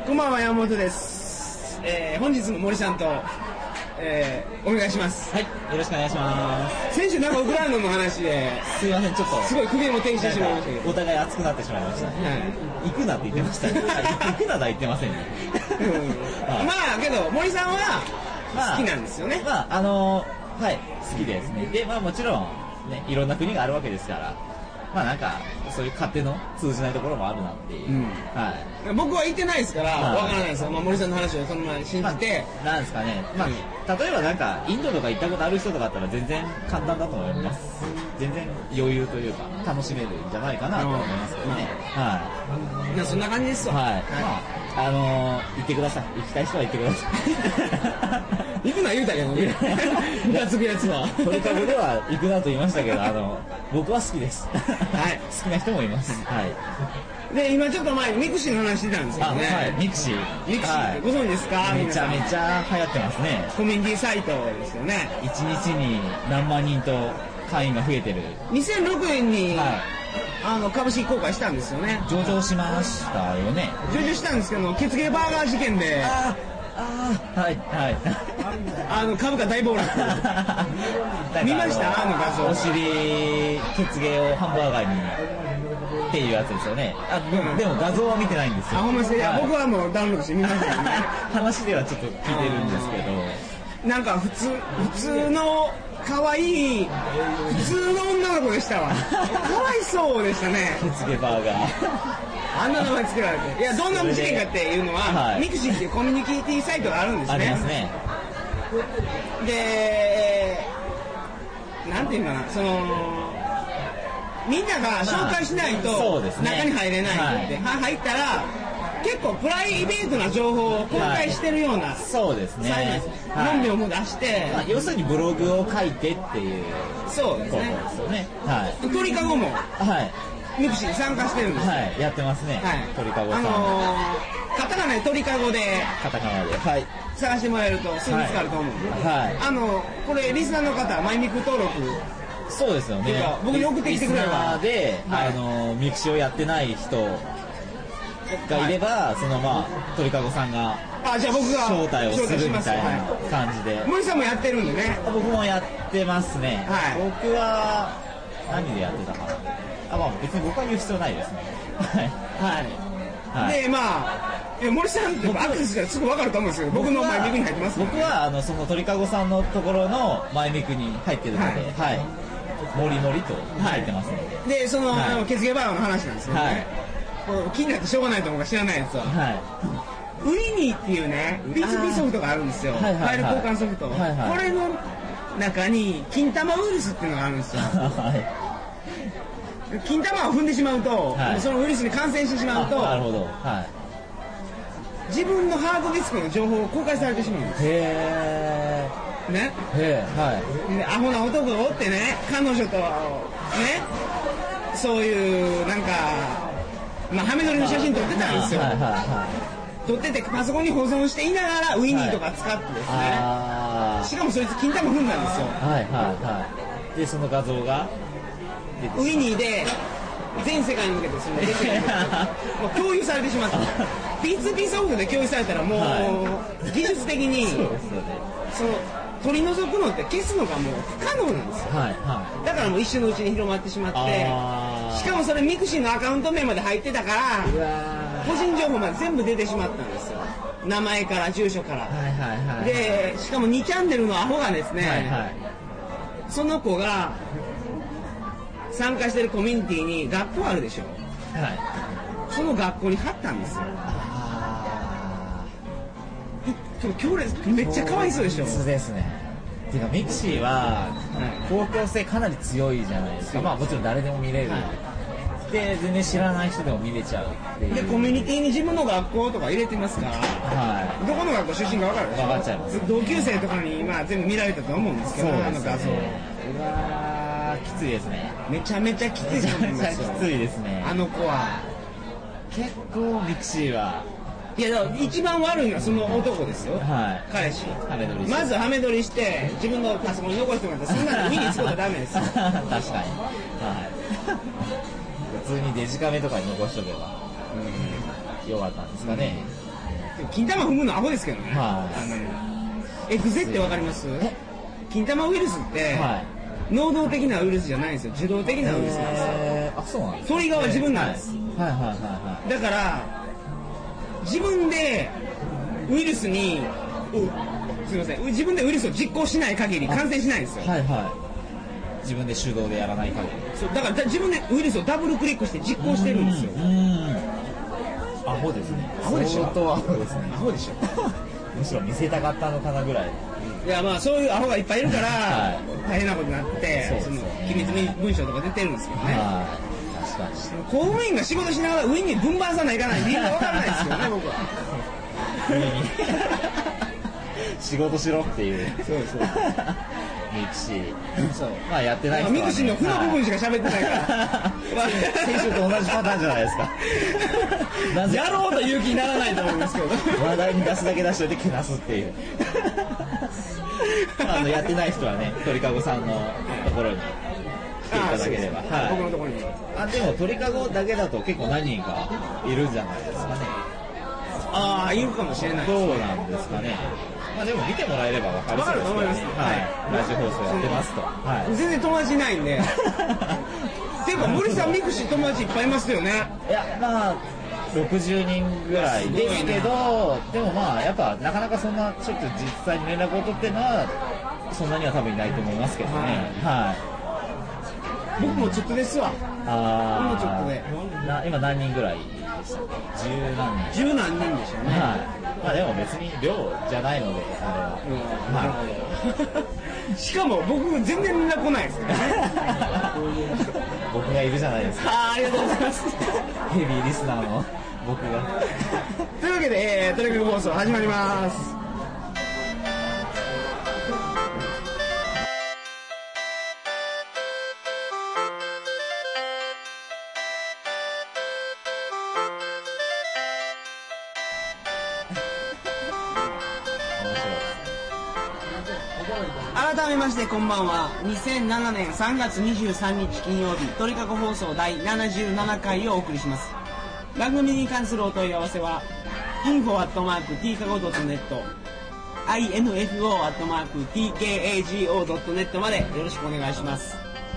こんばんは、山本です。本日も森さんと、お願いします。 はい、よろしくお願いします。 先週なんかウクライナの話で、 すいません、ちょっとすごい首も転してしまいましたけど、 お互い熱くなってしまいましたね。行くなって言ってましたね。行くなとは言ってませんね。 まあけど森さんは好きなんですよね。 はい、好きですね。で、もちろんね、いろんな国があるわけですから、なんかそういう勝手の通じないところもあるなっていう。はい。 僕は行ってないですからわからないですよ。森さんの話をそのまま信じて、 なんですかね。例えばなんかインドとか行ったことある人とかだったら全然簡単だと思います。全然余裕というか楽しめるんじゃないかなと思いますけどね。はい。 そんな感じですわ。 はい。行ってください。行きたい人は行ってください。 行くな言うたけどね。ムカつくやつは。 鳥かごでは行くなと言いましたけど、僕は好きです。はい。好きな人もいます。はい。 で、今ちょっと前にミクシーの話してたんですけどね。 はい。ミクシーってご存知ですか？ めちゃめちゃ流行ってますね。 コミュニティサイトですよね。 1日に何万人と会員が増えてる。 2006年に、株式公開したんですよね。 上場しましたよね。 上場したんですけど、血芸バーガー事件で、株価大暴落。見ました？画像。 お尻血芸をハンバーガーにっていうやつですよね。でも画像は見てないんですよ。 ほんまですか？僕はもうダウンロードして見ましたよね。 話ではちょっと聞いてるんですけど、 なんか普通の可愛い普通の女の子でしたわ。かわいそうでしたね。 血芸バーガー。 あんな名前つけられて。いや、どんな事件かっていうのは、ミクシーっていうコミュニティサイトがあるんですね。 ありますね。 で、なんていうかな、みんなが紹介しないと中に入れないって、入ったら結構プライベートな情報を公開してるような、 そうですね。 本名も出して、 要するにブログを書いてっていう、 そうですね。鳥かごも。ミクシーに参加してるんですよ。 はい、やってますね。鳥かごさん。 カタカナで鳥かごで、 カタカナで、はい、 探してもらえるとすぐ見つかると思うんで。これリスナーの方、マイミク登録。 そうですよね。 僕に送ってきてくれれば。 で、ミクシーをやってない人がいれば、鳥かごさんがじゃあ僕が招待をするみたいな感じで。 森さんもやってるんでね。 僕もやってますね。僕は何でやってたかな。別に僕は言う必要ないですね。 で、森さんってアクセスしたらすぐ分かると思うんですけど、僕のマイミクに入ってます。 僕はその鳥かごさんのところのマイミクに入ってるので、もりもりと入ってますので。 で、血芸バーガーの話なんですけどね。気になってしょうがないと思うから知らないやつは。ウィニーっていうね、P2P ソフトがあるんですよ。ファイル交換ソフト。これの中に金玉ウイルスっていうのがあるんですよ。金玉を踏んでしまうと、そのウイルスに感染してしまうと、自分のハードディスクの情報を公開されてしまうんです。ね。アホな男がおってね、彼女とね、そういうなんか、ハメ撮りの写真撮ってたんですよ。撮っててパソコンに保存していながらウィニーとか使ってですね。しかもそいつ金玉踏んだんですよ。 で、その画像がウィニーで全世界に向けてその出てくるもう共有されてしまった。P2P ソフトで共有されたらもう技術的にその取り除くのって消すのがもう不可能なんですよ。だからもう一瞬のうちに広まってしまって、しかもそれミクシーのアカウント名まで入ってたから個人情報まで全部出てしまったんですよ。名前から住所から。で、しかも2チャンネルのアホがですね、その子が参加してるコミュニティに学校あるでしょ。その学校に貼ったんですよ。強烈、めっちゃかわいそうでしょ。 そうですね。ていうかミクシーは公共性かなり強いじゃないですか。もちろん誰でも見れる。で、全然知らない人でも見れちゃうっていう。 で、コミュニティに自分の学校とか入れてますから、どこの学校出身か分かるでしょ。 分かっちゃいます。 同級生とかに全部見られたと思うんですけど、画像。 きついですね。 めちゃめちゃきついですね。 めちゃめちゃきついですね。 あの子は結構ミクシーは。 いや、だから一番悪いのはその男ですよ。彼氏。まずハメ撮りして自分のパソコンに残してもらったら、そんなの見につくとダメですよ。 確かに。普通にデジカメとかに残しとけばよかったんですかね。 金玉踏むのアホですけどね。エグゼってわかります？金玉ウイルスって、能動的なウイルスじゃないんですよ。受動的なウイルスなんですよ。 あ、そうなんです。 トリガーは自分なんです。だから自分でウイルスに、すみません、自分でウイルスを実行しない限り感染しないんですよ。 自分で手動でやらない限り。 そうだから自分でウイルスをダブルクリックして実行してるんですよ。 アホですね。 アホでしょ。 相当アホですね。 アホでしょ。 むしろ見せたかったのかなぐらい。 いや、まあそういうアホがいっぱいいるから大変なことになって、その機密文書とか出てるんですけどね。 確かに。 公務員が仕事しながら上に分番さないかない理由が分からないですよね、僕は。 上に仕事しろっていう。 そうミクシー。 そう。 まあやってない人はね。 ミクシーの負の部分しか喋ってないから。 先週と同じパターンじゃないですか。 やろうと勇気にならないと思うんですけど。 話題に出すだけ出しといてけなすっていう。やってない人はね、鳥かごさんのところに来ていただければ。 僕のところに。 でも鳥かごだけだと結構何人かいるんじゃないですかね。 いるかもしれない。 どうなんですかね。まあでも見てもらえれば分かると思います。 ラジオ放送やってますと。 全然友達いないんで。っていうか森さんミクシー友達いっぱいいますよね。 いや、まあ60人ぐらいですけど、でもまあやっぱなかなかそんなちょっと実際に連絡を取ってるのはそんなには多分いないと思いますけどね。 僕もちょっとですわ。今ちょっとで。 今何人ぐらいでしたっけ？ 十何人でしょうね。 まあでも別に量じゃないのであれは。 しかも僕全然連絡来ないですからね。 僕がいるじゃないですか。 ありがとうございます。 ヘビーリスナーの僕が。 というわけで、トリカゴ放送始まります。改めましてこんばんは。2007年3月23日金曜日、鳥かご放送第77回をお送りします。番組に関するお問い合わせは info@tkago.net info@tkago.net までよろしくお願いします。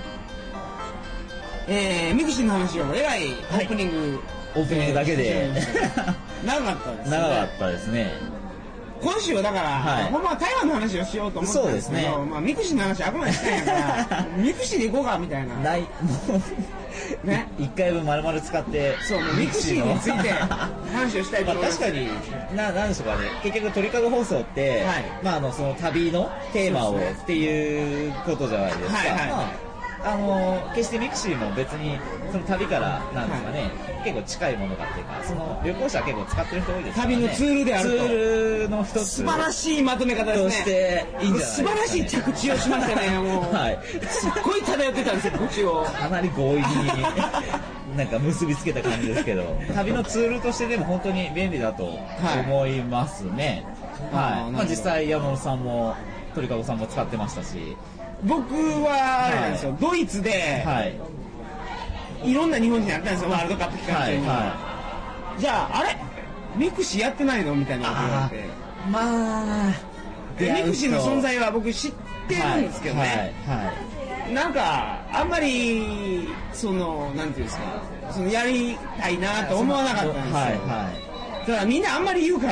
ミクシーの話をえらいオープニングだけで長かったですね。 長かったですね。 今週はだから、ほんまは台湾の話をしようと思ったんですけど、まあミクシーの話あくまでしたんやからミクシーで行こうかみたいな。ね。 1回分丸々使って、 ミクシーについて話をしたいと思います。 確かになんでしょうかね。結局鳥かご放送って、まあその旅のテーマをっていうことじゃないですか。決してミクシーも別にその旅からなんですかね、結構近いものがっていうか、その旅行者は結構使ってる人多いですからね。 旅のツールであると。 ツールの一つ素晴らしいまとめ方ですね。 としていいんじゃないですかね。 素晴らしい着地をしましたね。もう、すっごい漂ってたんですよ、口を。 かなり強引になんか結びつけた感じですけど、旅のツールとしてでも本当に便利だと思いますね。まあ実際山本さんも鳥かごさんも使ってましたし。 僕はあれなんですよ、ドイツで、いろんな日本人やったんですよ、ワールドカップ期間中に。じゃあ、あれミクシーやってないのみたいなこと言われて。 まあ、 ミクシーの存在は僕知ってるんですけどね。なんか、あんまり、なんていうんですか、やりたいなと思わなかったんですよ。だからみんなあんまり言うから、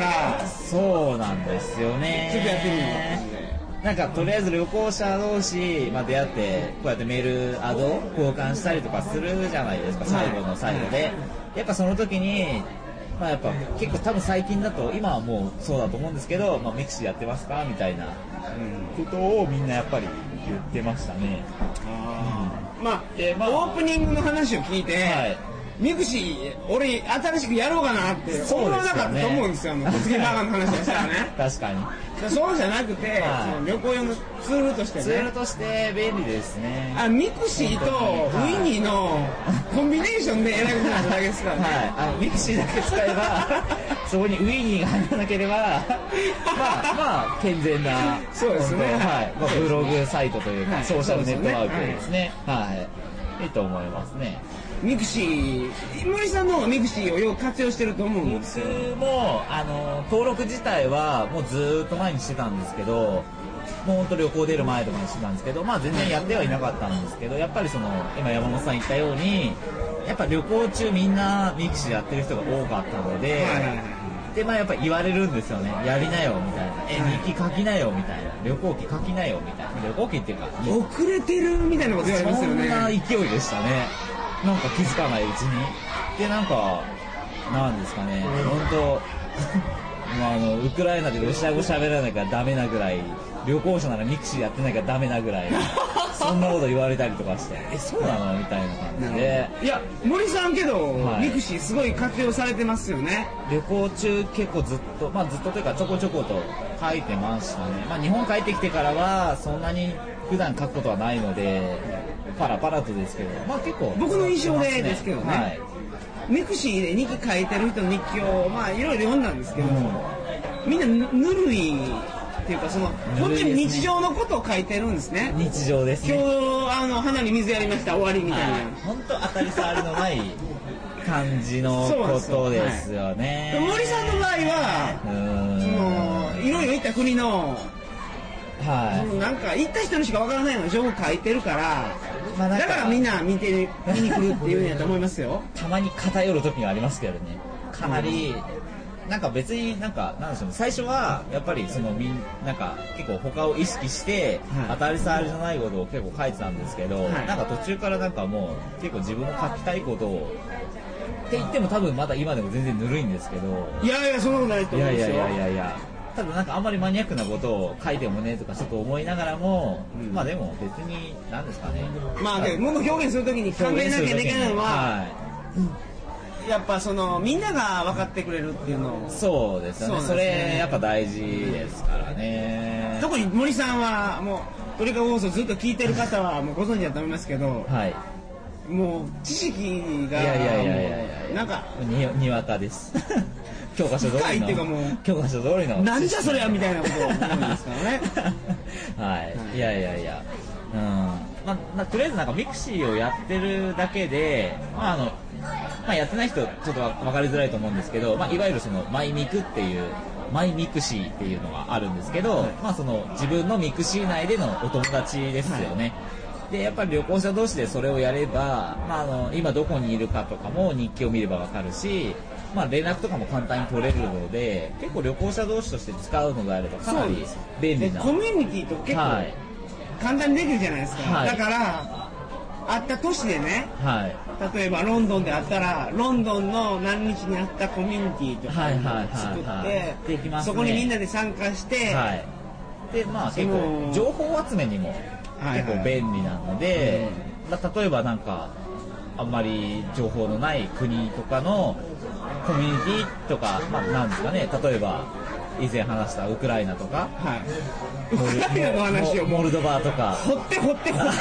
そうなんですよね。 ちょっとやってみよう。 なんかとりあえず旅行者同士、出会ってこうやってメールアド交換したりとかするじゃないですか、最後の最後で。やっぱその時に、やっぱ結構多分最近だと、今はもうそうだと思うんですけど、ミクシーやってますかみたいなことをみんなやっぱり言ってましたね。 オープニングの話を聞いて、ミクシー俺新しくやろうかなって思わなかったと思うんですよ。小杉バーガーの話をしたらね。 確かに。 そうじゃなくて、旅行用のツールとしてね。 ツールとして便利ですね。 ミクシーとウィニーのコンビネーションで選ぶだけですからね。 ミクシーだけ使えばそこにウィニーが入らなければ健全な、 そうですね。 ブログサイトというかソーシャルネットワークですね。いいと思いますね。 ミクシー、森さんの方がミクシーをよく活用してると思うんですよ。 僕も登録自体はもうずーっと前にしてたんですけど、もう本当旅行出る前とかにしてたんですけど、まあ全然やってはいなかったんですけど、やっぱりその今山本さん言ったように、やっぱ旅行中みんなミクシーやってる人が多かったので、でまあやっぱ言われるんですよね。やりなよみたいな、日記書きなよみたいな、旅行記書きなよみたいな、旅行記っていうか遅れてるみたいなこと言われますよね。 そんな勢いでしたね。なんか気づかないうちに。でなんかなんですかね、本当ウクライナでロシア語喋らなきゃダメなぐらい、旅行者ならミクシーやってなきゃダメなぐらいそんなこと言われたりとかして、そうなのみたいな感じで。 いや森さんけど、 はい、 ミクシーすごい活用されてますよね。 旅行中結構ずっと、まあずっとというかちょこちょこと書いてましたね。まあ日本帰ってきてからはそんなに普段書くことはないのでパラパラとですけど、まあ結構僕の印象でですけどね、はい、ミクシーで日記書いてる人の日記をまあいろいろ読んだんですけど、みんなぬるいっていうか、その本当に日常のことを書いてるんですね。 日常ですね。 今日花に水やりました終わりみたいな、 本当当たり障りのない感じのことですよね。 森さんの場合はそのいろいろ行った国の、はい、なんか行った人にしかわからないような情報書いてるから、まあ、だからみんな見に来るっていうんやと思いますよ。 たまに偏る時がありますけどね。かなりなんか別になんでしょうね、最初はやっぱりそのなんか結構他を意識して、当たり障りじゃないことを結構書いてたんですけど、なんか途中からなんかもう結構自分の書きたいことをって言っても多分まだ今でも全然ぬるいんですけど、 いやいやそんなことないと思うんですよ。 いやただなんかあんまりマニアックなことを書いてもねとかちょっと思いながらも、まあでも別に何ですかね、 まあでも表現するときに考えなきゃいけないのは、やっぱそのみんなが分かってくれるっていうのを。 そうですよね。それやっぱ大事ですからね。 特に森さんはもうトリカゴ放送ずっと聞いてる方はもうご存知だと思いますけど、はい、もう知識がなんかにわかです教科書通りの教科書通りのなんじゃそりゃみたいなことを思うんですからねはい、いやまあとりあえずなんかミクシーをやってるだけで、まあやってない人ちょっと分かりづらいと思うんですけど、まあいわゆるそのマイミクっていうマイミクシーっていうのがあるんですけど、まあその自分のミクシー内でのお友達ですよね。でやっぱり旅行者同士でそれをやれば、まあ今どこにいるかとかも日記を見れば分かるし、まあ連絡とかも簡単に取れるので、結構旅行者同士として使うのであればかなり便利な。 コミュニティと結構簡単にできるじゃないですか。だから会った都市でね、例えばロンドンであったらロンドンの何日にあったコミュニティとかを作ってそこにみんなで参加して、 でまあ結構情報集めにも結構便利なので、例えばなんかあんまり情報のない国とかのコミュニティとか、まあなんですかね、例えば以前話したウクライナとか、 ウクライナの話をモルドバとか掘ってもう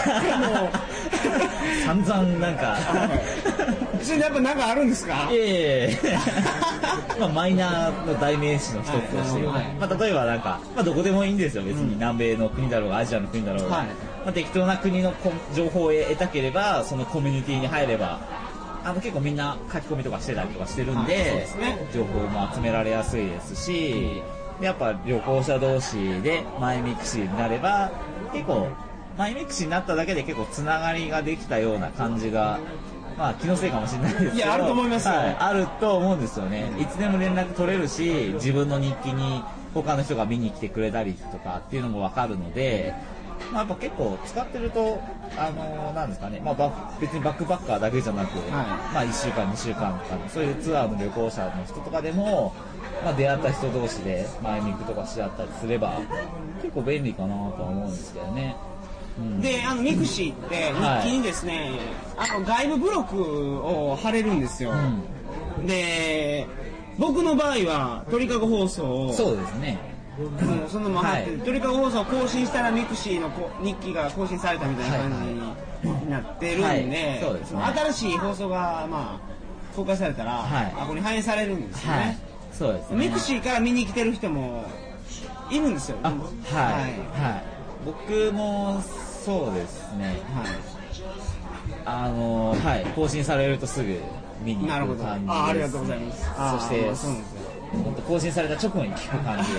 散々なんかそれやっぱなんかあるんですか？ まあマイナーの代名詞の一つとして、まあ例えばなんか、まあどこでもいいんですよ、別に南米の国だろうがアジアの国だろうが、まあ適当な国の情報を得たければそのコミュニティに入れば結構みんな書き込みとかしてたりとかしてるんで、情報も集められやすいですし、やっぱ旅行者同士でマイミクシーになれば結構マイミクシーになっただけで結構つながりができたような感じが、まあ気のせいかもしれないですけど、 いやあると思いますよ、 あると思うんですよね。いつでも連絡取れるし、自分の日記に他の人が見に来てくれたりとかっていうのも分かるので、まあ、やっぱ結構使ってるとなんですかね、まあ、別にバックパッカーだけじゃなく、まあ、1週間2週間とかそういうツアーの旅行者の人とかでも、まあ、出会った人同士でマイミングとかし合ったりすれば結構便利かなとは思うんですけどね。 でミクシーって日記にですね、外部ブロックを貼れるんですよ、で僕の場合は鳥かご放送をそうですね、 そのまま貼って、鳥かご放送を更新したらミクシーの日記が更新されたみたいな感じになってるんで、新しい放送がまあ公開されたら、ここに反映されるんですよね。 そうですね。 ミクシーから見に来てる人もいるんですよ。 僕もそうですね。 はい、更新されるとすぐ見に行く感じです。 ありがとうございます。 そして本当更新された直後に聞く感じです。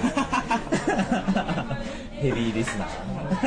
ヘビーリスナ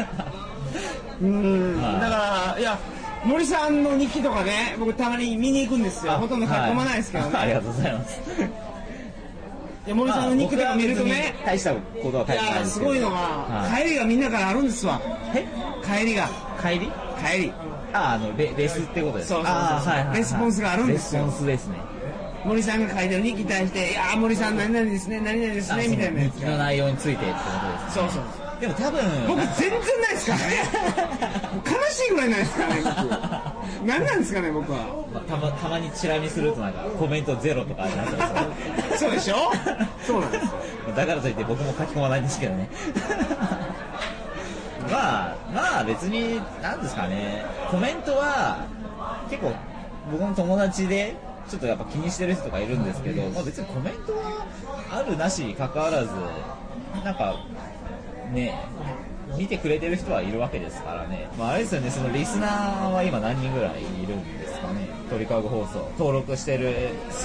ー。 だからいや森さんの日記とかね、僕たまに見に行くんですよ。ほとんど書き込まないですけどね。 ありがとうございます。 いや森さんの日記とか見るとね、 大したことは書いてないんですけど。 すごいのが、帰りがみんなからあるんですわ。帰りが。 帰り？レスってことですか？ そうレスポンスがあるんですよ。 レスポンスですね。 森さんが書いてる日記に対して、いや森さん何々ですね、何々ですねみたいなやつ。 日記の内容についてってことですね。 そう。 でも多分僕全然ないですからね。悲しいぐらいないですからね、僕。何なんですかね、僕は。 たまにチラ見するとなんかコメントゼロとかありますよ。 そうでしょ？そうなんですよ。 だからといって僕も書き込まないんですけどね。まあ別に何ですかね、コメントは結構僕の友達でちょっとやっぱ気にしてる人とかいるんですけど、まあ、別にコメントはあるなしに関わらずなんかね見てくれてる人はいるわけですからね。まあ、あれですよね、そのリスナーは今何人ぐらいいるんですかね。鳥かご放送登録してる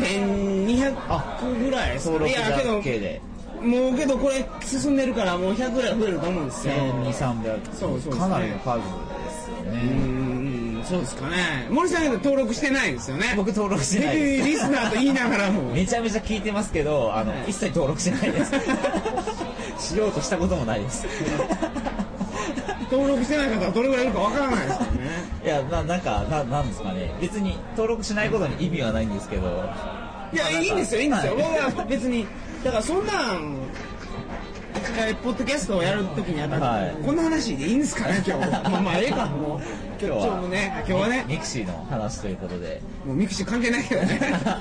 1200ぐらい登録だけで。 もうけどこれ進んでるからもう100ぐらい増えると思うんですよ。 1200、 そうかなりの数ですよね。 そうですかね。森さんが登録してないですよね。 僕登録してないです。 リスナーと言いながらもめちゃめちゃ聞いてますけど、一切登録してないです。しようとしたこともないです。 登録してない方はどれぐらいいるかわからないですよね。 いやなんですかね。別に登録しないことに意味はないんですけど。 いやいいんですよ。僕は別にだからそんなんポッドキャストをやるときにあたって、こんな話でいいんですかね今日。まあええかもう今日はねミクシーの話ということで。 もうミクシー関係ないけどね。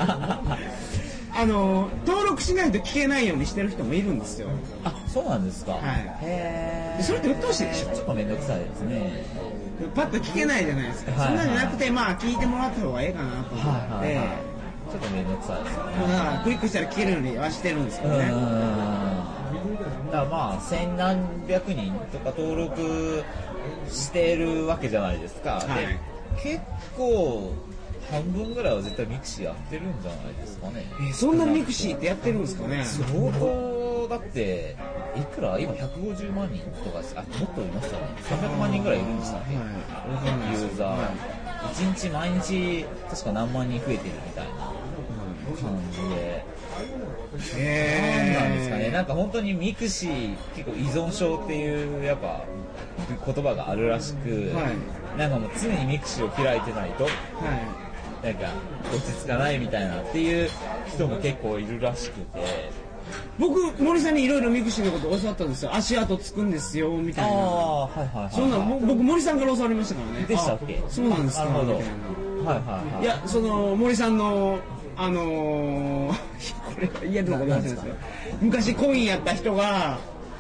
登録しないと聞けないようにしてる人もいるんですよ。 あ、そうなんですか。 へえ。それって鬱陶しいでしょ。 ちょっと面倒くさいですね。 パッと聞けないじゃないですか。そんなんじゃなくてまあ聞いてもらった方がええかなと思って。 ちょっと面倒くさいですよね。 だからクリックしたら聞けるようにはしてるんですけどね。だからまあ千何百人とか登録してるわけじゃないですか。で結構半分ぐらいは絶対ミクシーやってるんじゃないですかね。 そんなミクシーってやってるんですかね。 相当だっていくら今150万人とかもっといましたね。300万人ぐらいいるんでしたね。ユーザー1日毎日確か何万人増えてるみたいな感じで。なんなんですかね。なんか本当にミクシー結構依存症っていうやっぱ言葉があるらしく、なんかもう常にミクシーを開いてないと、なんか落ち着かないみたいなっていう人も結構いるらしくて。 僕森さんにいろいろミクシーのこと教わったんですよ。足跡つくんですよみたいな。そんな僕森さんから教わりましたからね。 でしたっけ？ そうなんですか。なるほど。いやその森さんのこれは嫌なこと言わせないですよ。昔コインやった人が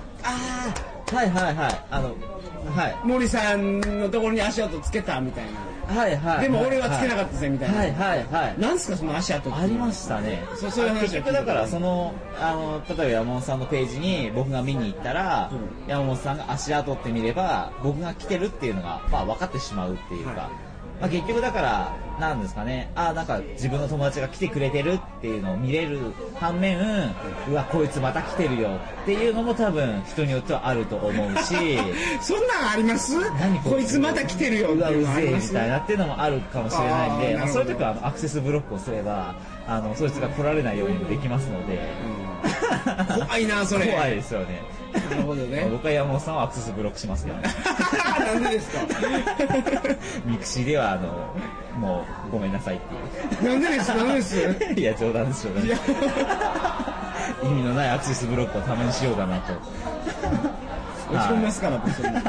森さんのところに足跡つけたみたいな。でも俺はつけなかったぜみたいな。なんすかその足跡って。 ありましたね。 そういう話。 結局だからその例えば山本さんのページに僕が見に行ったら、山本さんが足跡って見れば僕が来てるっていうのがまあ分かってしまうっていうか。まあ、結局だからなんですかね、なんか自分の友達が来てくれてるっていうのを見れる反面、うわこいつまた来てるよっていうのも多分人によってはあると思うしそんなんあります？こいつまた来てるよっていうのあります？ みたいなっていうのもあるかもしれないんで、そういう時はアクセスブロックをすればそいつが来られないようにもできますので、 怖いなそれ。 怖いですよね。 なるほどね。 僕は山本さんはアクセスブロックしますけどね。 なんでですか？ ミクシーではもうごめんなさいっていう。 なんでです？ いや冗談ですよね。意味のないアクセスブロックをためにしようかなと。 落ち込みますからってそんな。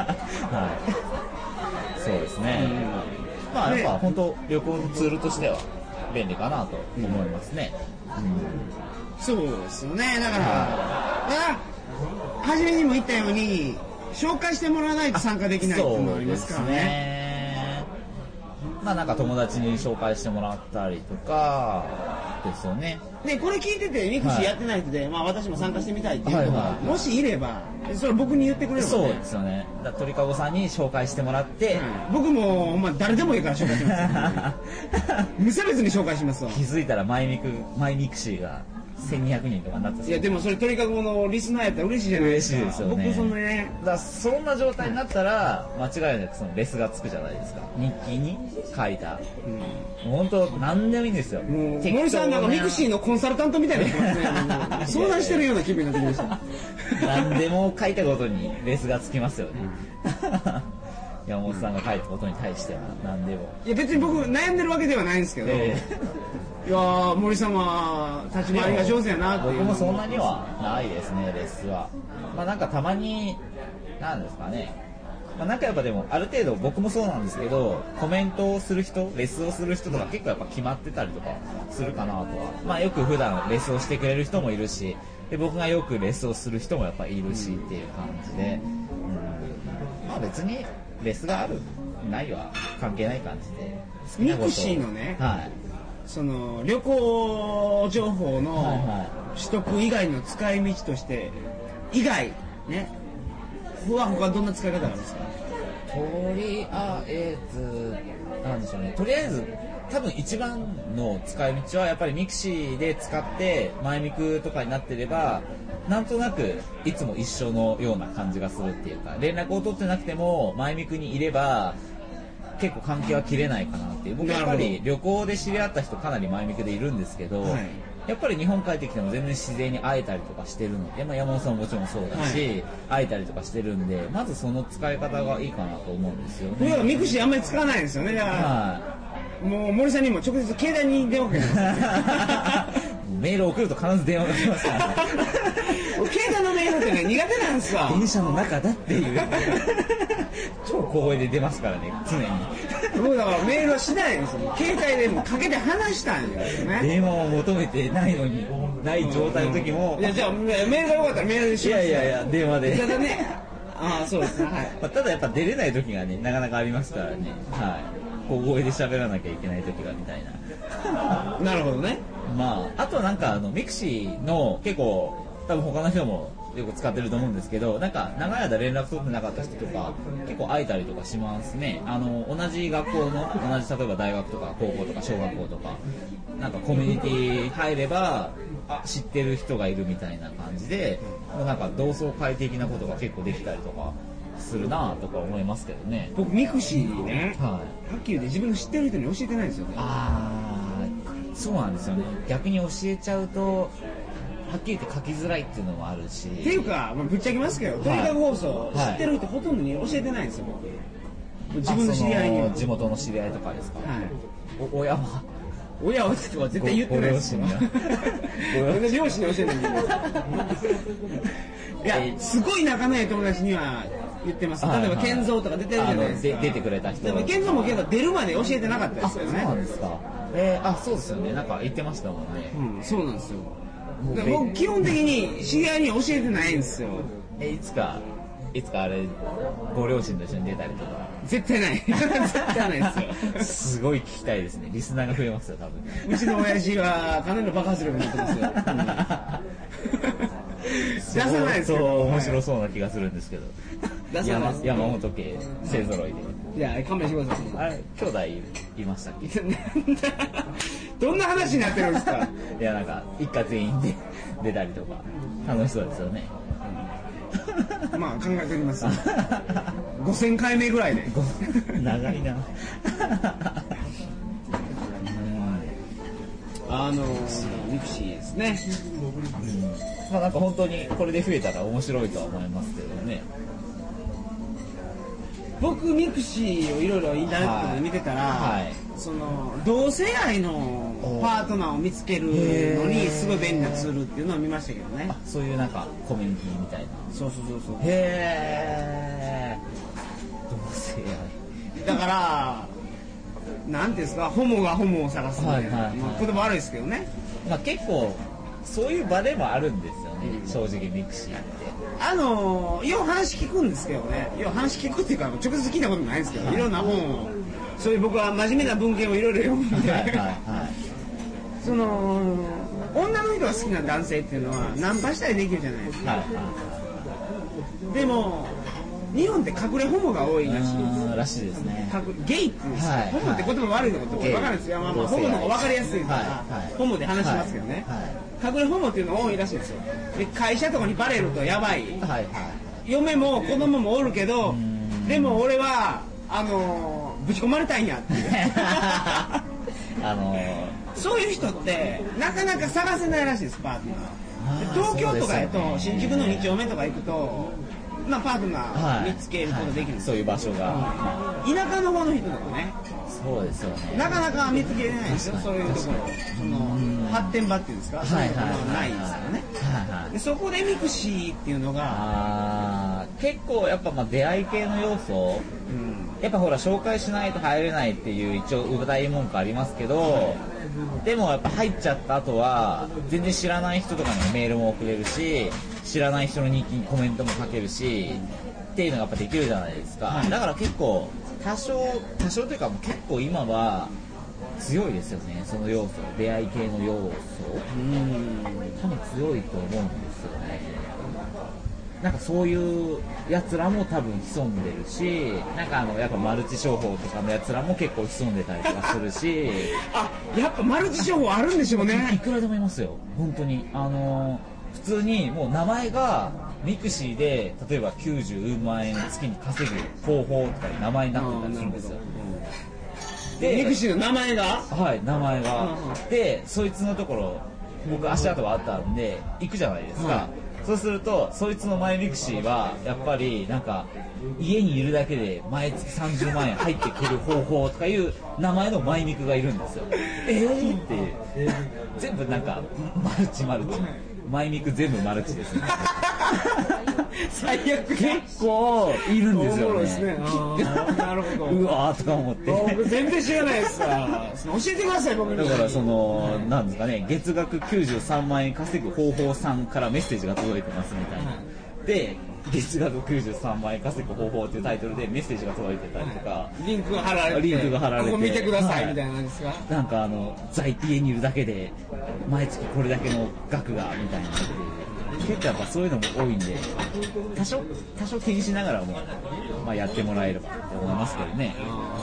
そうですね。まあやっぱ本当旅行のツールとしては便利かなと思いますね。 そうですよね。だから初めにも言ったように紹介してもらわないと参加できないっていうのがありますからね。 まあなんか友達に紹介してもらったりとか、 ですよね。 でこれ聞いててミクシーやってない人で、まあ私も参加してみたいっていう人がもしいれば、それ僕に言ってくれれば、ね、 そうですよね。鳥かごさんに紹介してもらって、 僕もまあ誰でもいいから紹介します無差別に紹介しますわ。 気づいたらマイミクシーが1200人とかになった。 いやでもそれ鳥かごのリスナーやったら嬉しいじゃないですか。 嬉しいですよね。 僕そのね、 そんな状態になったら間違いなくそのレスがつくじゃないですか。日記に書いた、本当何でもいいんですよ。 もう森さんなんかミクシーのコンサルタントみたいになってますね相談してるような気分になってきました何でも書いたことにレスがつきますよね、山本さんが書いたことに対しては何でも。 いや別に僕悩んでるわけではないんですけど、いや森さんは立ち回りが上手やなっていう。 僕もそんなにはないですね、レスは。まあなんかたまになんですかね、まあ、なんかやっぱでもある程度僕もそうなんですけど、コメントをする人、レスをする人とか結構やっぱ決まってたりとかするかなとは。まあよく普段レスをしてくれる人もいるし、で僕がよくレスをする人もやっぱいるしっていう感じで、まあ別にレスがあるないは関係ない感じで。 ミクシーのね、 はい、 その旅行情報の取得以外の使い道として以外ね、他どんな使い方なんですか？ とりあえずなんでしょうね。とりあえず多分一番の使い道はやっぱりミクシーで使ってマイミクとかになってればなんとなくいつも一緒のような感じがするっていうか、連絡を取ってなくてもマイミクにいれば結構関係は切れないかなっていう。僕やっぱり旅行で知り合った人かなりマイミクでいるんですけど、はい、やっぱり日本帰ってきても全然自然に会えたりとかしてるので、まあ、山本さんももちろんそうだし、はい、会えたりとかしてるんで、まずその使い方がいいかなと思うんですよね。 僕はミクシーあんまり使わないんですよね。だから、はい、もう森さんにも直接携帯に電話かけてますメール送ると必ず電話が来ますから、 携帯のメールってね苦手なんですわ。 電車の中だっていう超小声で出ますからね、常に。 僕だからメールはしないんですよ。携帯でもかけて話したんですよね。 電話を求めてないのにない状態の時も、 いやじゃあメールがよかったらメールでします。 いや電話で。 ただね、そうですね、はい。 まあ、ただやっぱ出れない時がねなかなかありますからね。はい。小声で喋らなきゃいけない時がみたいな。 なるほどね。 まああとはなんかミクシーの結構多分他の人もよく使ってると思うんですけど、なんか長い間連絡取ってなかった人とか結構会えたりとかしますね。同じ学校の同じ例えば大学とか高校とか小学校とかなんかコミュニティ入れば知ってる人がいるみたいな感じで、なんか同窓会的なことが結構できたりとかするなとか思いますけどね。 僕ミクシーね、 はい、 はっきり言って自分の知ってる人に教えてないんですよね。 そうなんですよね。逆に教えちゃうとはっきり言って書きづらいっていうのもあるし。っていうか、まあ、ぶっちゃけますけど、とにかく放送、知ってる人ほとんどに教えてないんですよ。自分の知り合いには。 地元の知り合いとかですか。はい。親はっては絶対言ってないですよ。両親に教えてない。いや、すごい仲のいい友達には言ってます。例えば健三とか出てるじゃないですか。 出てくれた人。 でも健三も出るまで教えてなかったですよね。 そうなんですか。そうですよね。なんか言ってましたもんね。 そうなんですよ。僕基本的に知り合いには教えてないんですよ。 いつかあれご両親と一緒に出たりとか。 絶対ない絶対ないですよ。すごい聞きたいですね。リスナーが増えますよ多分。 うちの親父はかなりの爆発力になってますよ。出さないですけど。 面白そうな気がするんですけど。山本家勢揃いで。 いや勘弁してください。 あれ兄弟いましたっけ？ どんな話になってるんですか？ いやなんか一家全員で出たりとか楽しそうですよね。 まあ考えております。5000回目ぐらいで。 長いな。 ミクシーですね。 まあなんか本当にこれで増えたら面白いとは思いますけどね。 僕ミクシーをいろいろインターネットで見てたら、その同性愛のパートナーを見つけるのにすごい便利なツールっていうのを見ましたけどね。 そういうなんかコミュニティみたいな。 そう。 へー。同性愛。 だからなんていうんですか、ホモがホモを探すみたいな、言葉悪いですけどね。 まあ結構そういう場でもあるんですよね。正直ミクシーって。 よう話聞くんですけどね。よう話聞くっていうか直接聞いたことないんですけど、いろんな本を、そういう僕は真面目な文献をいろいろ読んで、 その女の人が好きな男性っていうのはナンパしたりできるじゃないですか、はい、でも日本って隠れホモが多いらしいらしいですね。 ゲイっていうんですか、はい、ホモって言葉悪いのこと分かるんですよ、まあ、ホモの方が分かりやすいから、はい、ホモで話しますけどね、はいはい、隠れホモっていうのが多いらしいんですよ。で会社とかにバレるとやばい、はいはい、嫁も子供もおるけどでも俺はぶち込まれたいんやっていうそういう人ってなかなか探せないらしいです、パートナー。東京とかやと、ね、新宿の2丁目とか行くとまあ、パートナー見つけることできるんです、 そういう場所が、 田舎の方の人とかね、 そうですよね、 なかなか見つけれないですよ、そういうところ、その発展場っていうんですか、そういうところがないですよね、でそこでミクシーっていうのが結構やっぱまあ出会い系の要素、やっぱほら紹介しないと入れないっていう一応歌い文句ありますけど、でもやっぱ入っちゃった後は全然知らない人とかにメールも送れるし、知らない人の日記にコメントも書けるしっていうのがやっぱできるじゃないですか、はい、だから結構多少というかもう結構今は強いですよね、その要素、出会い系の要素多分強いと思うんですよね。なんかそういうやつらも多分潜んでるし、なんかやっぱマルチ商法とかのやつらも結構潜んでたりとかするしあ、やっぱマルチ商法あるんでしょうね。 いくらでもいますよ本当に。普通にもう名前がミクシーで例えば90万円月に稼ぐ方法とかいう名前になってたりするんですよ。 でミクシーの名前が、 はい、名前が、でそいつのところ僕足跡があったんで行くじゃないですか、そうするとそいつのマイミクシーはやっぱりなんか家にいるだけで毎月30万円入ってくる方法とかいう名前のマイミクがいるんですよ。っていう全部なんかマルチマイミク全部マルチですね最悪。 結構いるんですよね。 ですね。なるほど。 うわーとか思って。 僕全然知らないですから教えてください僕に。 だからなんですかね、月額93万円稼ぐ方法さんからメッセージが届いてますみたいな、で月額93万円稼ぐ方法っていうタイトルでメッセージが届いてたりとか、 リンクが貼られてここ見てくださいみたいな感じですか。 なんか家にいるだけで毎月これだけの額がみたいなっていう、結構やっぱそういうのも多いんで、多少気にしながらも、まあ、やってもらえればと思いますけどね、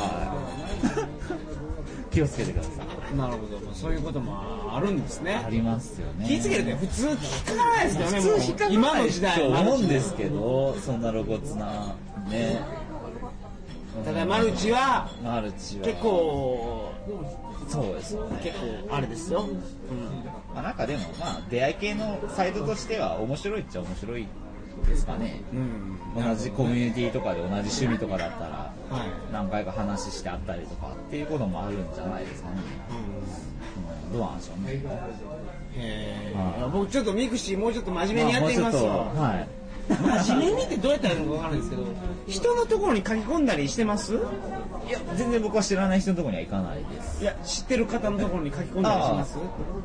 気をつけてください。 なるほど、そういうこともあるんですね。 ありますよね。 気をつけるって普通聞かないですよね。 普通聞かない今の時代と思うんですけど、そんな露骨なね。 ただマルチは結構そうですよね。 結構あれですよ。 まあ、なんかでもまあ出会い系のサイトとしては面白いっちゃ面白いですかね、同じコミュニティとかで同じ趣味とかだったら何回か話してあったりとかっていうこともあるんじゃないですかね、どうなんでしょうね。 僕ちょっとミクシーもうちょっと真面目にやってみますよ。真面目にってどうやったらいいのか分からないんですけど、人のところに書き込んだりしてます？ いや全然僕は知らない人のところには行かないです。 いや知ってる方のところに書き込んだりします？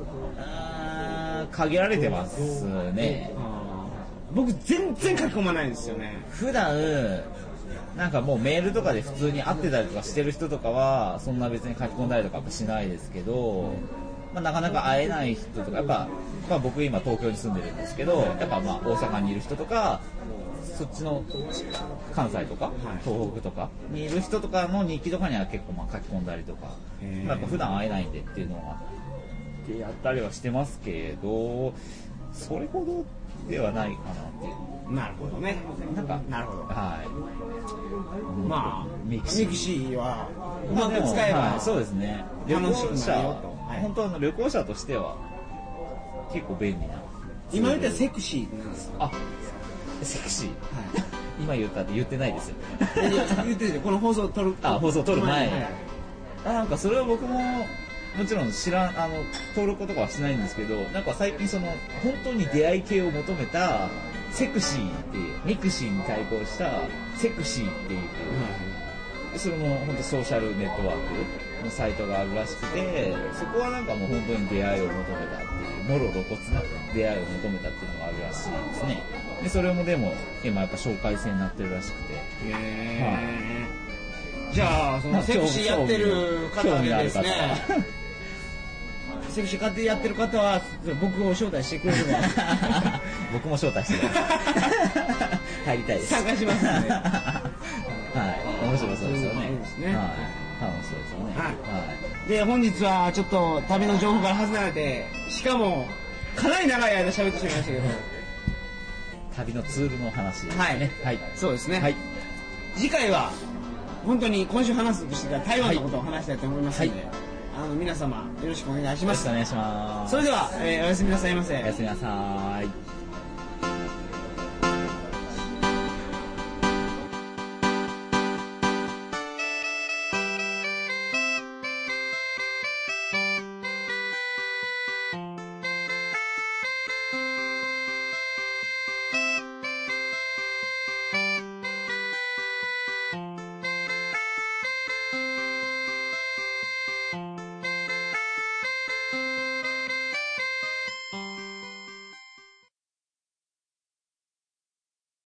限られてますね。 僕全然書き込まないんですよね。 普段なんかもうメールとかで普通に会ってたりとかしてる人とかはそんな別に書き込んだりとかしないですけど、まあ、なかなか会えない人とかやっぱ、まあ、僕今東京に住んでるんですけど、やっぱまあ大阪にいる人とかそっちの関西とか東北とかにいる人とかの日記とかには結構まあ書き込んだりとか、やっぱ普段会えないんでっていうのはやったりはしてますけど、それほどではないかなっていう。 なるほどね。なるほど。 はい。 まあミクシーはうまく使えば、 そうですね。旅行者、本当の旅行者としては結構便利な。 今言ったセクシーなんですか。 セクシー。今言ったって言ってないですよ。 言ってる。この放送を撮る前。なんかそれは僕ももちろん登録とかはしないんですけど、なんか最近本当に出会い系を求めたセクシーっていうミクシーに対抗したセクシーっていう、それも本当ソーシャルネットワークのサイトがあるらしくて、そこはなんかもう本当に出会いを求めたっていう、もろ露骨な出会いを求めたっていうのがあるらしいですね。でそれもでも今やっぱ紹介制になってるらしくて、 じゃあそのセクシーやってる方にですね、 セクシー勝手にやってる方は僕を招待してくれるわ僕も招待してください入りたいです。 参加しますのではい面白そうですよね。 いいですね、 はい楽しそうですよね。 はいで本日はちょっと旅の情報から外れて、しかもかなり長い間喋ってしまいましたけど、 旅のツールの話ですね。 はいそうですね、 はい、 次回は本当に今週話すとしてた台湾のことを話したいと思いますので、皆様よろしくお願いします。 よろしくお願いします。 それでは、おやすみなさいませ。 おやすみなさい。